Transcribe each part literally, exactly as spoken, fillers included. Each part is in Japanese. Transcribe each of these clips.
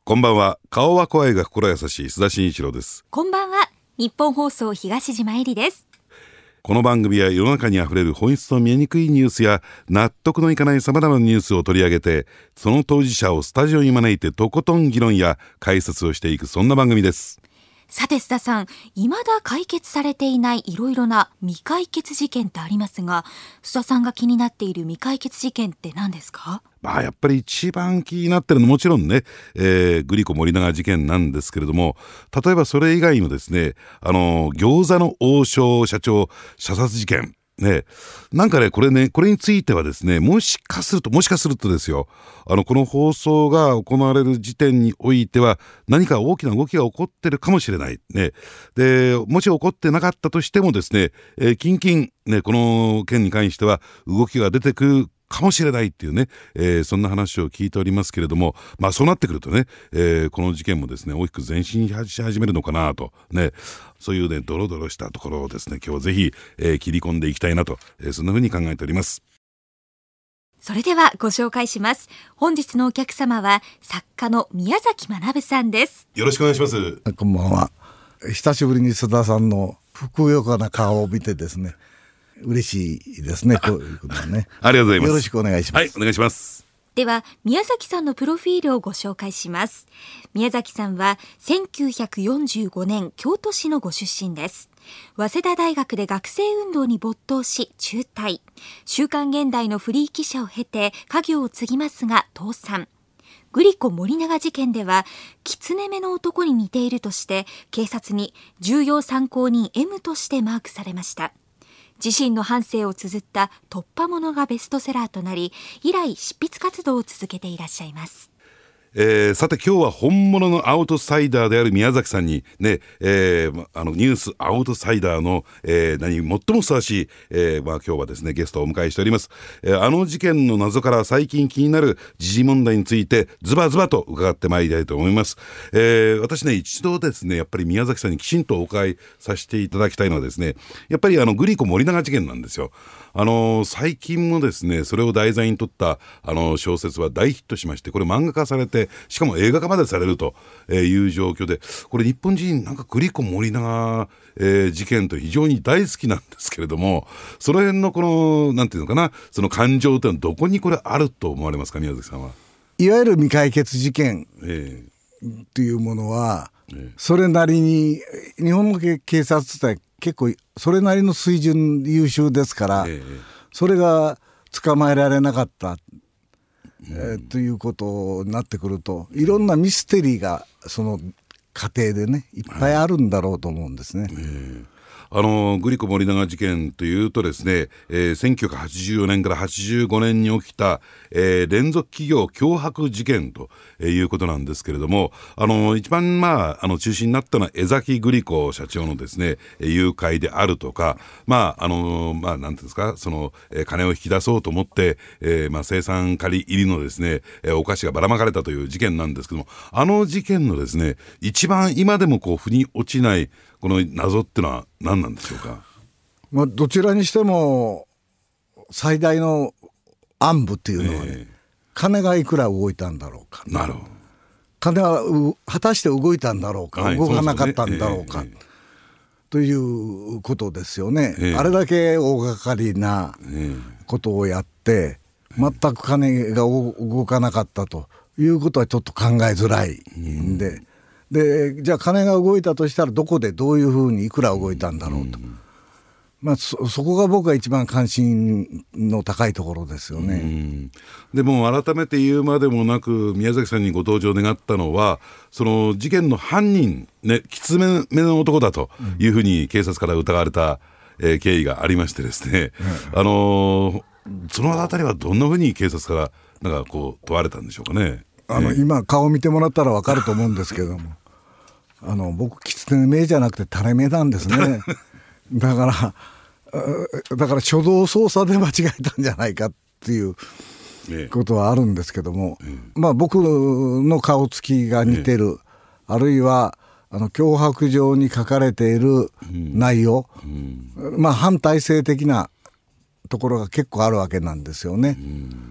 こんばんは。顔は怖いが心優しい須田慎一郎です。 こんばんは。日本放送東島えりです。 この番組は世の中にあふれる本質の見えにくいニュースや納得のいかない様々なニュースを取り上げて、その当事者をスタジオに招いてとことん議論や解説をしていく、そんな番組です。 さて須田さん、未だ解決されていないいろいろな未解決事件ってありますが、須田さんが気になっている未解決事件って何ですか？ まあ、やっぱり一番気になってるのはもちろんね、えー、グリコ森永事件なんですけれども、例えばそれ以外のですね、あの餃子の王将社長射殺事件ね、なんかねこれねこれについてはですね、もしかするともしかするとですよ、あのこの放送が行われる時点においては何か大きな動きが起こってるかもしれないね。でもし起こってなかったとしてもですね、えー、近々ねこの件に関しては動きが出てくるかもしれないっていうね、えー、そんな話を聞いておりますけれども、まあそうなってくるとね、えー、この事件もですね大きく前進し始めるのかなとね、そういうねドロドロしたところをですね今日ぜひ、えー、切り込んでいきたいなと、えー、そんな風に考えております。 それではご紹介します。本日のお客様は作家の宮崎学さんです。 よろしくお願いします。 こんばんは。久しぶりに須田さんのふくよかな顔を見てですね、嬉しいですね。こういうことはね。 ありがとうございます。 よろしくお願いします。 はい、お願いします。 では宮崎さんのプロフィールをご紹介します。宮崎さんはせんきゅうひゃくよんじゅうごねん京都市のご出身です。早稲田大学で学生運動に没頭し中退、週刊現代のフリー記者を経て家業を継ぎますが倒産。グリコ森永事件では狐目の男に似ているとして警察に重要参考人 エム としてマークされました。自身の半生を綴った突破物がベストセラーとなり、以来執筆活動を続けていらっしゃいます。 えー、さて今日は本物のアウトサイダーである宮崎さんにね、えー、あのニュースアウトサイダーの、えー、何最もふさわしい、えーまあ、今日はですねゲストをお迎えしております。えー、あの事件の謎から最近気になる時事問題についてズバズバと伺ってまいりたいと思います。えー、私ね一度ですねやっぱり宮崎さんにきちんとお伺いさせていただきたいのはですね、やっぱりあのグリコ森永事件なんですよ。あのー、最近もですねそれを題材に取ったあの小説は大ヒットしまして、これ漫画化されてしかも映画化までされるという状況で、これ日本人なんかグリコ森永、えー、事件と非常に大好きなんですけれども、その辺のこのなんていうのかな、その感情というのはどこにこれあると思われますか、宮崎さんは。 いわゆる未解決事件えというものは、 えー、 それなりに日本の警察って結構それなりの水準優秀ですから、えー、それが捕まえられなかったえー、ということになってくると、いろんなミステリーがその過程でねいっぱいあるんだろうと思うんですね。 えーあのグリコ森永事件というとですね、えー、せんきゅうひゃくはちじゅうよねんからはちじゅうごねんに起きた、えー、連続企業脅迫事件ということなんですけれども、あの一番、まあ、あの中心になったのは江崎グリコ社長のですね誘拐であるとか、まああのまあ、なんていうんですか、その、えー、金を引き出そうと思って、えーまあ、生産借り入りのですね、えー、お菓子がばらまかれたという事件なんですけども、あの事件のですね一番今でもこう腑に落ちないこの謎ってのは何なんでしょうか。 まあ、どちらにしても最大の暗部っていうのはね、えー、金がいくら動いたんだろうか、 なるほど、 金は果たして動いたんだろうか、はい、動かなかったんだろうか、えーえー、ということですよね、えー、あれだけ大掛かりなことをやって、えー、全く金が動かなかったということはちょっと考えづらいんで、うんでじゃあ金が動いたとしたらどこでどういうふうにいくら動いたんだろうと、うんまあ、そ, そこが僕が一番関心の高いところですよね。 うんでも改めて言うまでもなく宮崎さんにご登場願ったのは、その事件の犯人、ね、狐目の男だというふうに警察から疑われた、えー、経緯がありましてですね、うんあのー、そのあたりはどんなふうに警察からなんかこう問われたんでしょうかね。 あの今顔見てもらったら分かると思うんですけどもあの僕狐目じゃなくて垂れ目なんですねだからだから初動捜査で間違えたんじゃないかっていうことはあるんですけども、ええまあ、僕の顔つきが似てる、ええ、あるいはあの脅迫状に書かれている内容、うんうんまあ、反体制的なところが結構あるわけなんですよね、うん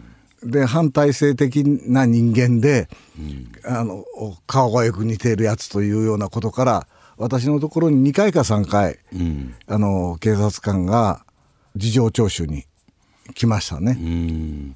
で反体制的な人間で、うん、あの顔がよく似ているやつというようなことから私のところににかいかさんかい、うん、あの警察官が事情聴取に来ましたね。 うん、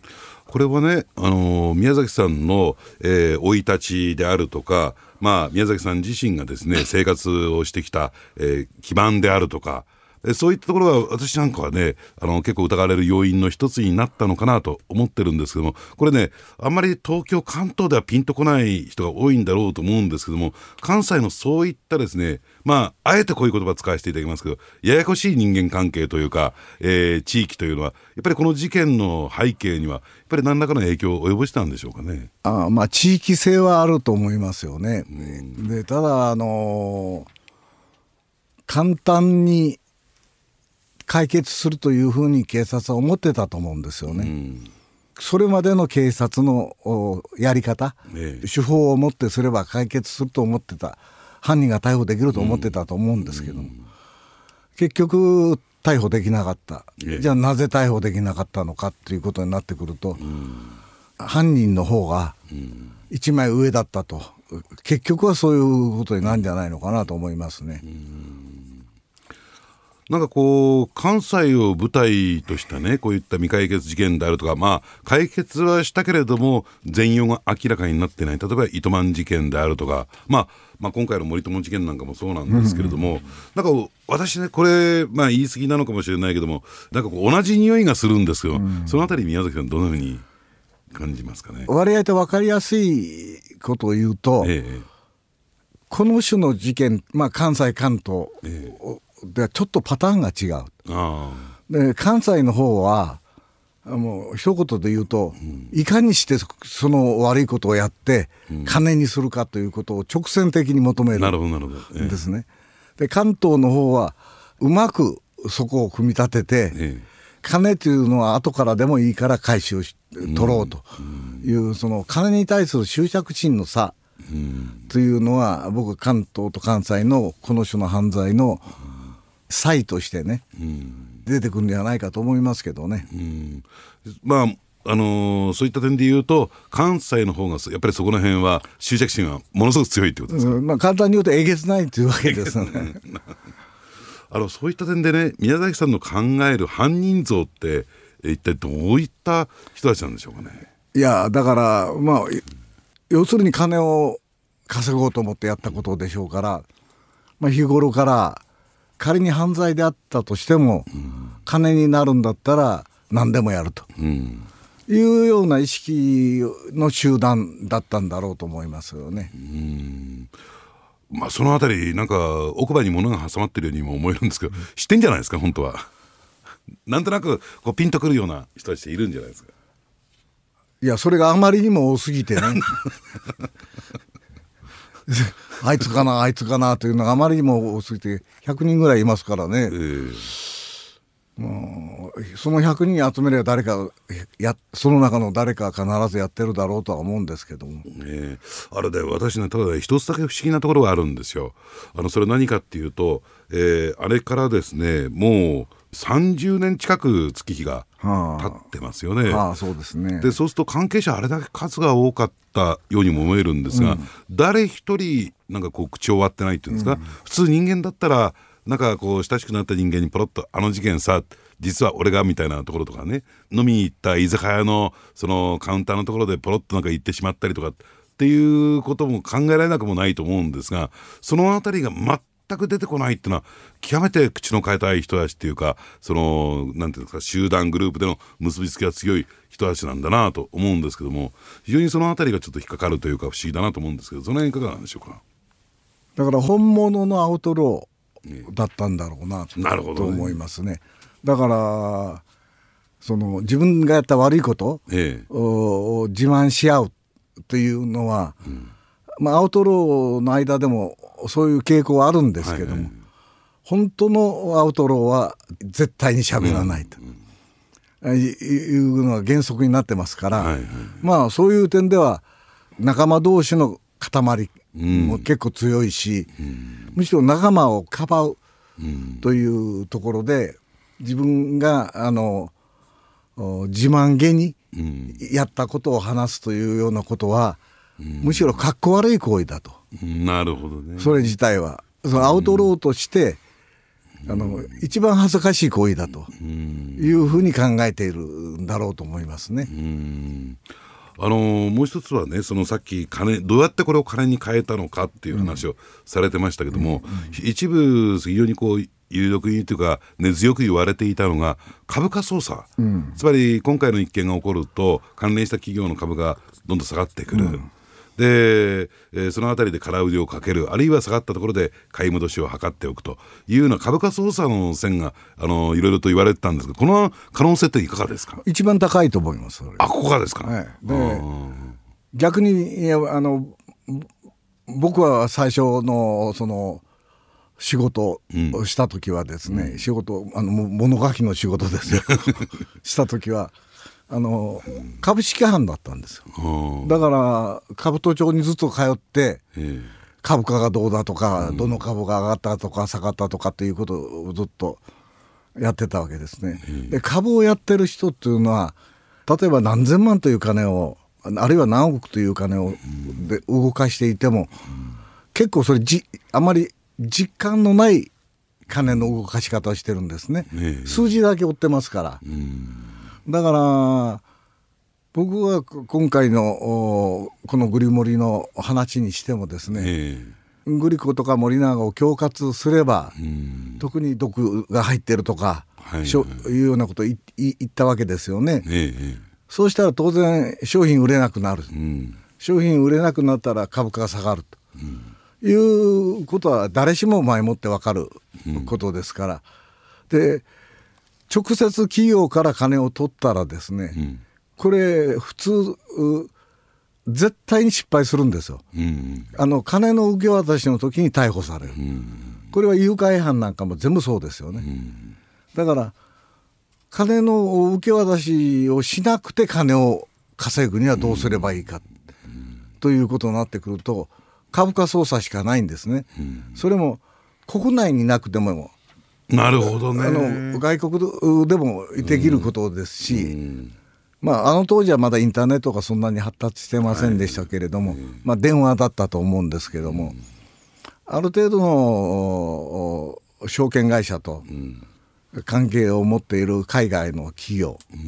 これはね、あの宮崎さんの生、えー、い立ちであるとか、まあ、宮崎さん自身がですね生活をしてきた、えー、基盤であるとか、そういったところが私なんかはねあの結構疑われる要因の一つになったのかなと思ってるんですけども、これねあんまり東京関東ではピンとこない人が多いんだろうと思うんですけども、関西のそういったですね、まああえてこういう言葉を使わせていただきますけど、ややこしい人間関係というか、えー、地域というのはやっぱりこの事件の背景にはやっぱり何らかの影響を及ぼしたんでしょうかね。 ああ、まあ地域性はあると思いますよね。でただあのー、簡単に解決するというふうに警察は思ってたと思うんですよね。うん、それまでの警察のやり方、ね、手法をもってすれば解決すると思ってた、犯人が逮捕できると思ってたと思うんですけども、うん、結局逮捕できなかった、ね、じゃあなぜ逮捕できなかったのかということになってくると、うん、犯人の方が一枚上だったと、結局はそういうことになるんじゃないのかなと思いますね。うん、 なんかこう関西を舞台としたねこういった未解決事件であるとか、まあ解決はしたけれども全容が明らかになってない、例えば糸満事件であるとか、まあ、まあ今回の森友事件なんかもそうなんですけれども、うんうん、なんか私ねこれ、まあ、言い過ぎなのかもしれないけども、なんかこう同じ匂いがするんですけど、うん、そのあたり宮崎さんどのように感じますかね。 割合と分かりやすいことを言うと、ええ、この種の事件、まあ、関西関東、ええではちょっとパターンが違う。あで関西の方はもう一言で言うと、うん、いかにしてその悪いことをやって金にするかということを直線的に求めるんですね。で関東の方はうまくそこを組み立てて、ええ、金というのは後からでもいいから回収し取ろうという、うん、その金に対する執着心の差というのは、僕関東と関西のこの種の犯罪の差異としてね、うん、出てくるんじゃないかと思いますけどね。 うん、まああのー、そういった点で言うと関西の方がやっぱりそこの辺は執着心はものすごく強いってことですか。 うん、まあ、簡単に言うとえげつないというわけですよね。 あのそういった点でね、宮崎さんの考える犯人像って一体どういった人たちなんでしょうかね。 いやだからまあ要するに金を稼ごうと思ってやったことでしょうから、まあ、日頃から仮に犯罪であったとしても、うん、金になるんだったら何でもやると、うん、いうような意識の集団だったんだろうと思いますよね。うん、 まあ、そのあたりなんか奥歯に物が挟まってるようにも思えるんですけど、うん、知ってんじゃないですか本当は。なんとなくこうピンとくるような人たちいるんじゃないですか。 いやそれがあまりにも多すぎてね。あいつかなあいつかなというのがあまりにも多すぎてひゃくにんぐらいいますからね、えー、もうそのひゃくにん集めれば誰かやその中の誰か必ずやってるだろうとは思うんですけども、 ね、あれで私ねただ一つだけ不思議なところがあるんですよ。あのそれ何かっていうと、えー、あれからですねもうさんじゅうねん近く月日が経ってますよね。 はあはあ、そうですね。 でそうすると関係者あれだけ数が多かったようにも思えるんですが、うん、誰一人なんかこう口を割ってないっていうんですか、うん、普通人間だったらなんかこう親しくなった人間にポロッとあの事件さ実は俺がみたいなところとかね、飲みに行った居酒屋のそのカウンターのところでポロッとなんか言ってしまったりとかっていうことも考えられなくもないと思うんですが、そのあたりが全く出てこないっていうのは極めて口の変えたい人たちっていうか、そのなんていうんですか集団グループでの結びつきが強い人たちなんだなと思うんですけども、非常にそのあたりがちょっと引っかかるというか不思議だなと思うんですけど、その辺いかがなんでしょうか。 だから本物のアウトローだったんだろうな、 ね、なるほどね、 と思いますね。だからその自分がやった悪いことを自慢し合うというのは、うん、まあ、アウトローの間でもそういう傾向はあるんですけども、はいはい、本当のアウトローは絶対に喋らないと、うんうん、いうのが原則になってますから、はいはい、まあそういう点では仲間同士の塊も結構強いし、うん、むしろ仲間をかばうというところで自分があの自慢げにうん、やったことを話すというようなことは、うん、むしろかっこ悪い行為だと、 うん、なるほどね。 それ自体はそのアウトローとして、うん、あの一番恥ずかしい行為だというふうに考えているんだろうと思いますね。 うん、あのもう一つはね、そのさっき金どうやってこれを金に変えたのかっていう話をされてましたけども、うんうん、一部非常にこう有力にというか根強く言われていたのが株価操作、うん、つまり今回の一件が起こると関連した企業の株がどんどん下がってくる、うん、で、えー、そのあたりで空売りをかける、あるいは下がったところで買い戻しを図っておくというような株価操作の線があのいろいろと言われてたんですが、この可能性っていかがですか？ 一番高いと思います。 あ、ここがですか？ はい、で逆にいやあの僕は最初のその仕事をした時はですね、うん、仕事あの物書きの仕事ですよした時はあの株式班だったんですよ。だから株都庁にずっと通って株価がどうだとか、どの株が上がったとか下がったとかっていうことをずっとやってたわけですね。で株をやってる人っていうのは例えば何千万という金をあるいは何億という金をで動かしていても結構それじあまり実感のない金の動かし方をしてるんですね。数字だけ追ってますから。だから僕は今回のこのグリモリの話にしてもですね、グリコとか森永を恐喝すれば特に毒が入ってるとか、はいはい、いうようなことを言ったわけですよね。そうしたら当然商品売れなくなる、うん、商品売れなくなったら株価が下がると、うん、いうことは誰しも前もって分かることですから、うん、で直接企業から金を取ったらですね、うん、これ普通絶対に失敗するんですよ、うん、あの金の受け渡しの時に逮捕される、うん、これは誘拐犯なんかも全部そうですよね、うん、だから金の受け渡しをしなくて金を稼ぐにはどうすればいいか、うん、ということになってくると株価操作しかないんですね、うん、それも国内になくてもなるほどね、 あの外国でもできることですし、うん、まあ、あの当時はまだインターネットがそんなに発達してませんでしたけれども、はい、まあ、電話だったと思うんですけども、うん、ある程度の証券会社と、うん関係を持っている海外の企業、うん、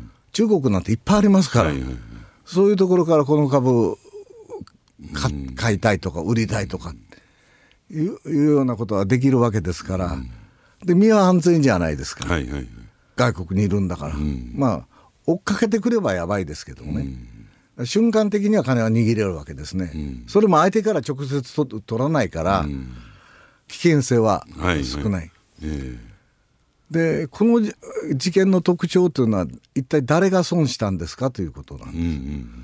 中国なんていっぱいありますから、はいはいはい、そういうところからこの株か、うん、買いたいとか売りたいとかいう、いうようなことはできるわけですから、うん、で身は安全じゃないですか、はいはいはい、外国にいるんだから、うん、まあ追っかけてくればやばいですけどもね、うん、瞬間的には金は握れるわけですね、うん、それも相手から直接と取らないから、うん、危険性は少ない、はいはい、えーでこの事件の特徴というのは一体誰が損したんですかということなんです、うんうん、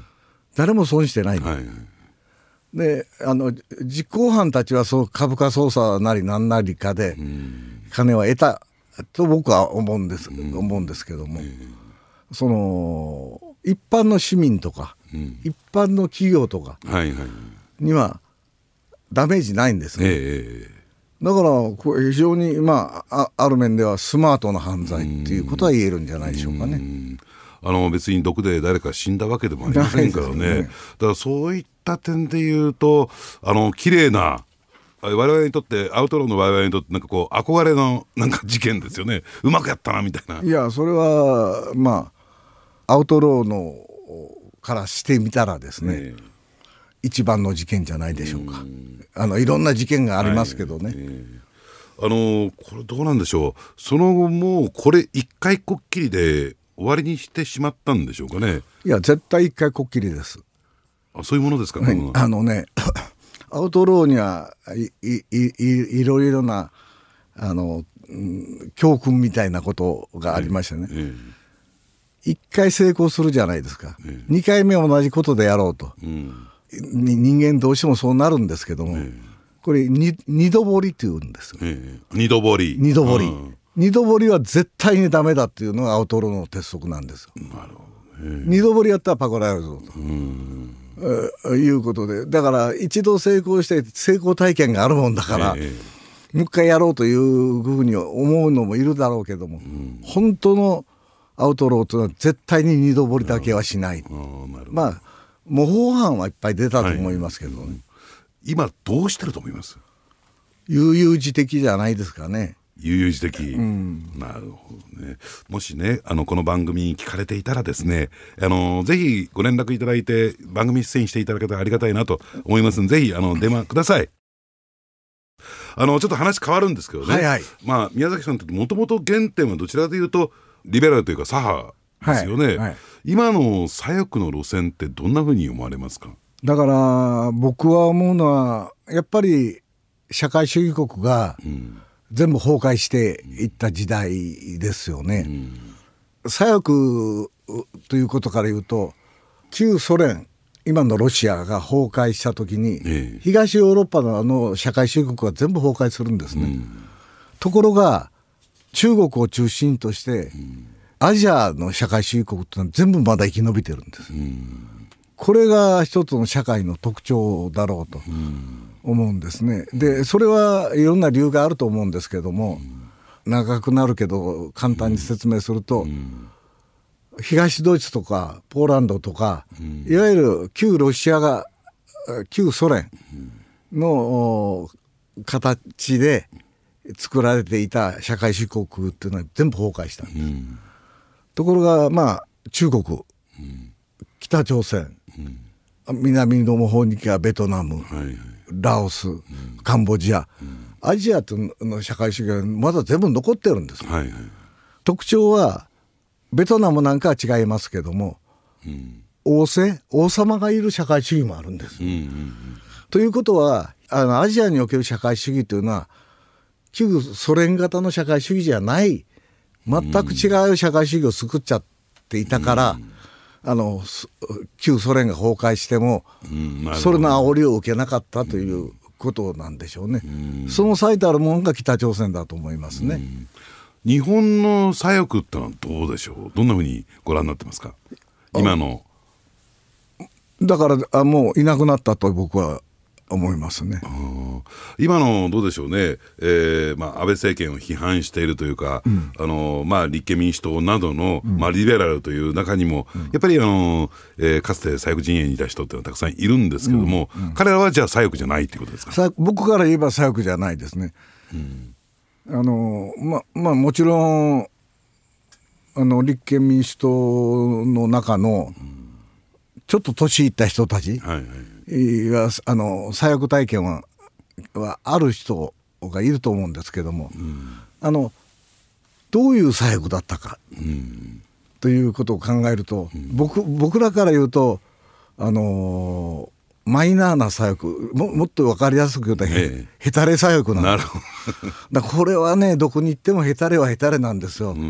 誰も損してないんだ、はいはい、であの実行犯たちはそう株価操作なり何なりかで金は得たと僕は思うんです、うん、思うんですけども、うん、その一般の市民とか、うん、一般の企業とかにはダメージないんですね、えーだからこれ非常に、まあ、あ, ある面ではスマートな犯罪っていうことは言えるんじゃないでしょうかね。うんあの別に毒で誰か死んだわけでもありませんから ね, ねだからそういった点で言うとあの綺麗な我々にとってアウトローの我々にとってなんかこう憧れのなんか事件ですよね。うまくやったなみたいな。 いやそれはまあアウトローのからしてみたらですね、ね一番の事件じゃないでしょうか。あのいろんな事件がありますけどね、はいえー、 あのこれどうなんでしょう。その後もうこれ一回こっきりで終わりにしてしまったんでしょうかね。 いや絶対一回こっきりです。 あそういうものですかね。 あのねアウトローにはいいいいろいろなあの、うん、教訓みたいなことがありましてね、えーえー、いっかい成功するじゃないですか、えー、にかいめ同じことでやろうと、うん人間どうしてもそうなるんですけども、えー、これに二度掘りっていうんですよ、えー、 二度掘り二度掘り、うん、二度掘りは絶対にダメだっていうのがアウトローの鉄則なんですよ。なるほど、えー、二度掘りやったらパクられるぞと、うんえー、いうことでだから一度成功して成功体験があるもんだから、えー、もう一回やろうというふうに思うのもいるだろうけども、うん、本当のアウトローというのは絶対に二度掘りだけはしない。まあ模倣犯はいっぱい出たと思いますけどね、はい、 今どうしてると思います？ 悠々自適じゃないですかね。 悠々自適、うん、なるほどね。もしねあのこの番組に聞かれていたらですね、あのぜひご連絡いただいて番組出演していただけたらありがたいなと思いますので、ぜひあの電話ください。あのちょっと話変わるんですけどね、はいはい、まあ、宮崎さんってもともと原点はどちらかというとリベラルというか左派ですよね、はいはい、今の左翼の路線ってどんなふうに思われますか？ だから僕は思うのはやっぱり社会主義国が、うん全部崩壊していった時代ですよね、うん、左翼ということから言うと旧ソ連今のロシアが崩壊した時に、ええ、東ヨーロッパのあの社会主義国は全部崩壊するんですね、うん、ところが中国を中心として、うん、アジアの社会主義国ってのは全部まだ生き延びてるんです、うん、これが一つの社会の特徴だろうと、うん思うんですね。でそれはいろんな理由があると思うんですけども、うん、長くなるけど簡単に説明すると、うん、東ドイツとかポーランドとか、うん、いわゆる旧ロシアが旧ソ連の形で作られていた社会主義国っていうのは全部崩壊したんです、うん、ところがまあ中国、うん、北朝鮮、うん、南の方に行けばベトナム、はいはいラオス、うん、カンボジア、うん、アジアの社会主義はまだ全部残ってるんです、はいはい、特徴はベトナムなんかは違いますけども、うん、王政王様がいる社会主義もあるんです、うんうんうん、ということはあのアジアにおける社会主義というのは旧ソ連型の社会主義じゃない全く違う社会主義を作っちゃっていたから、うんあの旧ソ連が崩壊しても、うん、それの煽りを受けなかったということなんでしょうね、うん、その最たるものが北朝鮮だと思いますね、うん、 日本の左翼ってのはどうでしょう？どんなふうにご覧になってますか？今のだからあもういなくなったと僕は思いますね。 今のどうでしょうね、えーまあ、安倍政権を批判しているというか、うんあのまあ、立憲民主党などの、うんまあ、リベラルという中にも、うん、やっぱりあの、えー、かつて左翼陣営にいた人っていうのはたくさんいるんですけども、うんうん、彼らはじゃあ左翼じゃないということですか？ 僕から言えば左翼じゃないですね、うんあのままあ、もちろんあの立憲民主党の中のちょっと年いった人たち、はいはいあの左翼体験は、はある人がいると思うんですけども、うん、あのどういう左翼だったか、うん、ということを考えると、うん、僕, 僕らから言うと、あのー、マイナーな左翼 も, もっと分かりやすく言うと、ええ、ヘタレ左翼なんです。だこれはねどこに行ってもヘタレはヘタレなんですよ、うん、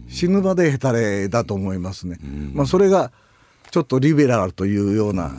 死ぬまでヘタレだと思いますね、うんまあ、それがちょっとリベラルというような、うん、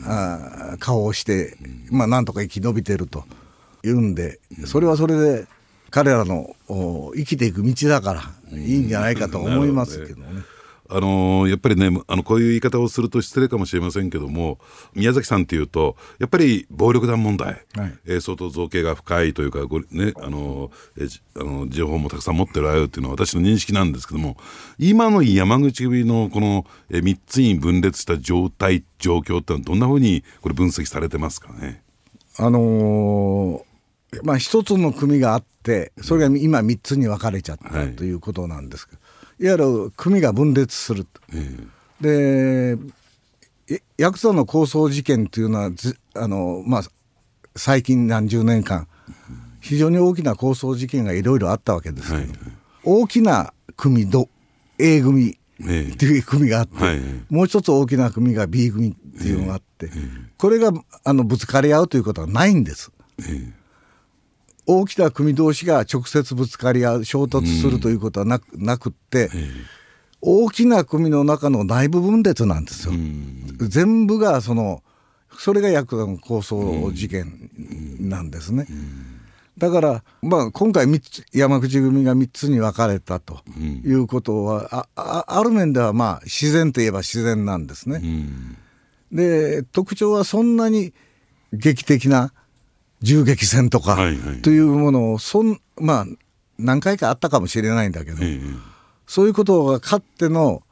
あ顔をして、まあ、なんとか生き延びてるというんで、それはそれで彼らの生きていく道だからいいんじゃないかと思いますけどね。 あのー、やっぱりねあのこういう言い方をすると失礼かもしれませんけども、宮崎さんっていうとやっぱり暴力団問題、はいえー、相当造形が深いというかご、ねあのーえー、あの情報もたくさん持っておられるというのは私の認識なんですけども、今の山口組のこのみっつに分裂した状態状況ってのはどんなふうにこれ分析されてますかね？ あのーまあ、一つの組があってそれが今みっつに分かれちゃったということなんですけど、はいいわゆる組が分裂すると、えー、でヤクザの抗争事件というのはあの、まあ、最近何十年間非常に大きな抗争事件がいろいろあったわけですけど、はいはい、大きな組 A 組っていう組があって、はいはい、もう一つ大きな組が B 組っていうのがあって、これがあのぶつかり合うということはないんです。大きな組同士が直接ぶつかり合う衝突するということはな く,、うん、なくって、えー、大きな組の中の内部分裂なんですよ、うん、全部がそのそれがヤクザの抗争事件なんですね、うんうん、だから、まあ、今回みっつ山口組がみっつに分かれたということは、うん、あ, あ, ある面ではまあ自然といえば自然なんですね、うん、で特徴はそんなに劇的な銃撃戦とかというものをそん、まあ、何回かあったかもしれないんだけど、ええ、そういうことがかつての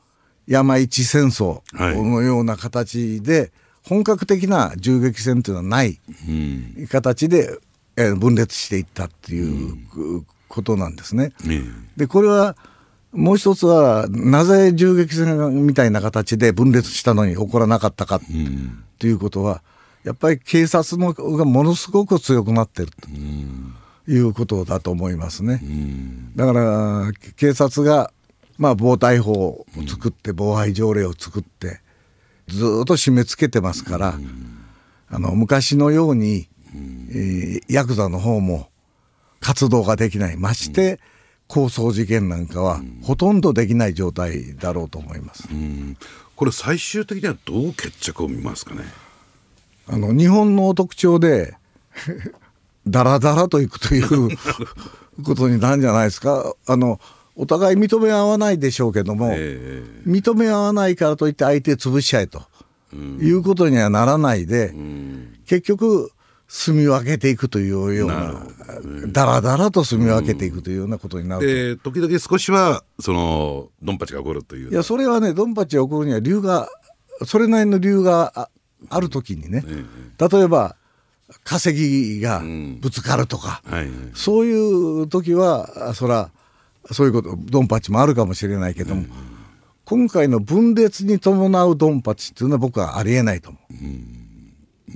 山一戦争のような形で本格的な銃撃戦というのはない形で分裂していったっていうことなんですね。でこれはもう一つはなぜ銃撃戦みたいな形で分裂したのに起こらなかったかということはやっぱり警察のがものすごく強くなっているということだと思いますね。だから警察がまあ暴対法を作って妨害条例を作ってずっと締め付けてますから、あの昔のように、えー、ヤクザの方も活動ができない、まして抗争事件なんかはほとんどできない状態だろうと思います。 うん、これ最終的にはどう決着を見ますかね。 あの日本の特徴でダラダラといくということになるんじゃないですか。あのお互い認め合わないでしょうけども、えー、認め合わないからといって相手潰しちゃえと、うん、いうことにはならないで、うん、結局住み分けていくというような、うん、だらだらと住み分けていくというようなことになると、 うん、で時々少しはそのドンパチが起こるという。 いやそれはねドンパチが起こるには理由がそれなりの理由が あ, あるときにね、例えば稼ぎがぶつかるとか、うんはいはい、そういう時はそらそういうことドンパチもあるかもしれないけども、うん、今回の分裂に伴うドンパチっていうのは僕はありえないと思う。うん、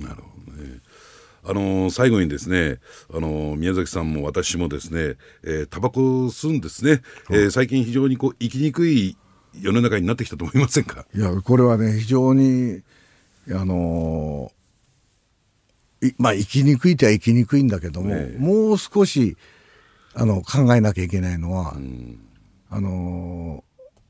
なるほどね。あのー、最後にですね、あのー、宮崎さんも私もですね、えー、タバコを吸うんですね、うんえー、最近非常にこう生きにくい世の中になってきたと思いませんか。 いやこれはね非常にあのー、まあ生きにくいとは生きにくいんだけども、ね、もう少しあの考えなきゃいけないのは、うん、あの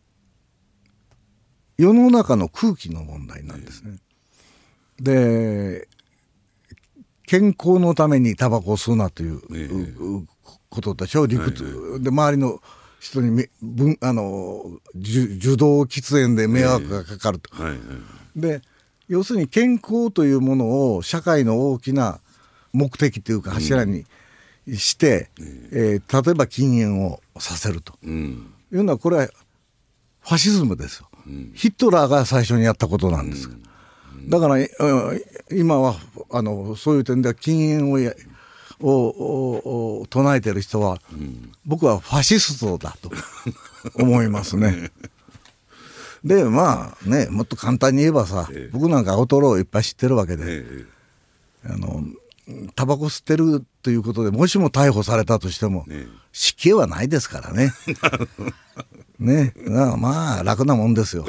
ー、世の中の空気の問題なんですね。えー、で健康のためにタバコを吸うなという、えー、ことでしょ理屈、はいはい、で周りの人に分あの受動喫煙で迷惑がかかると、えーはいはい、で要するに健康というものを社会の大きな目的というか柱に、うんして、えー、例えば禁煙をさせると、うん、いうのはこれはファシズムですよ、うん、ヒトラーが最初にやったことなんです、うんうん、だから、今はあのそういう点では禁煙をやを唱えている人は、うん、僕はファシストだと思いますねでまあねもっと簡単に言えばさ、ええ、僕なんかアウトローをいっぱい知ってるわけで、ええ、あのタバコ吸ってるということでもしも逮捕されたとしても、ね、死刑はないですからねねまあ楽なもんですよ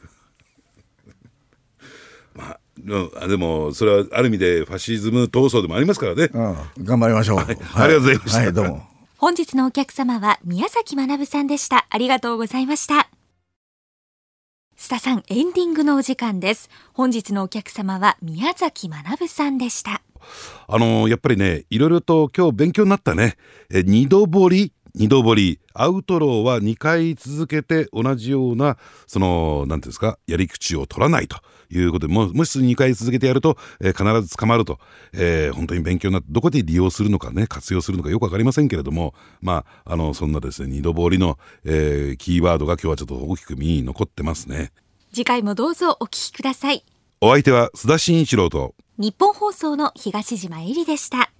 まあ、でもそれはある意味でファシズム闘争でもありますからね、 うん、頑張りましょう、はいはい、 ありがとうございました、はい、 どうも。 本日のお客様は宮崎学さんでした。ありがとうございました。須田さんエンディングのお時間です。本日のお客様は宮崎学さんでした。 あのー、やっぱりねいろいろと今日勉強になったね。え二度掘り二度掘りアウトローはにかい続けて同じようなそのなんていうんですかやり口を取らないということでももしにかい続けてやると、えー、必ず捕まると、えー、本当に勉強になってどこで利用するのかね活用するのかよく分かりませんけれどもまああのそんなですね二度掘りの、えー、キーワードが今日はちょっと大きく耳に残ってますね。 次回もどうぞお聞きください。 お相手は須田慎一郎と日本放送の東島えりでした。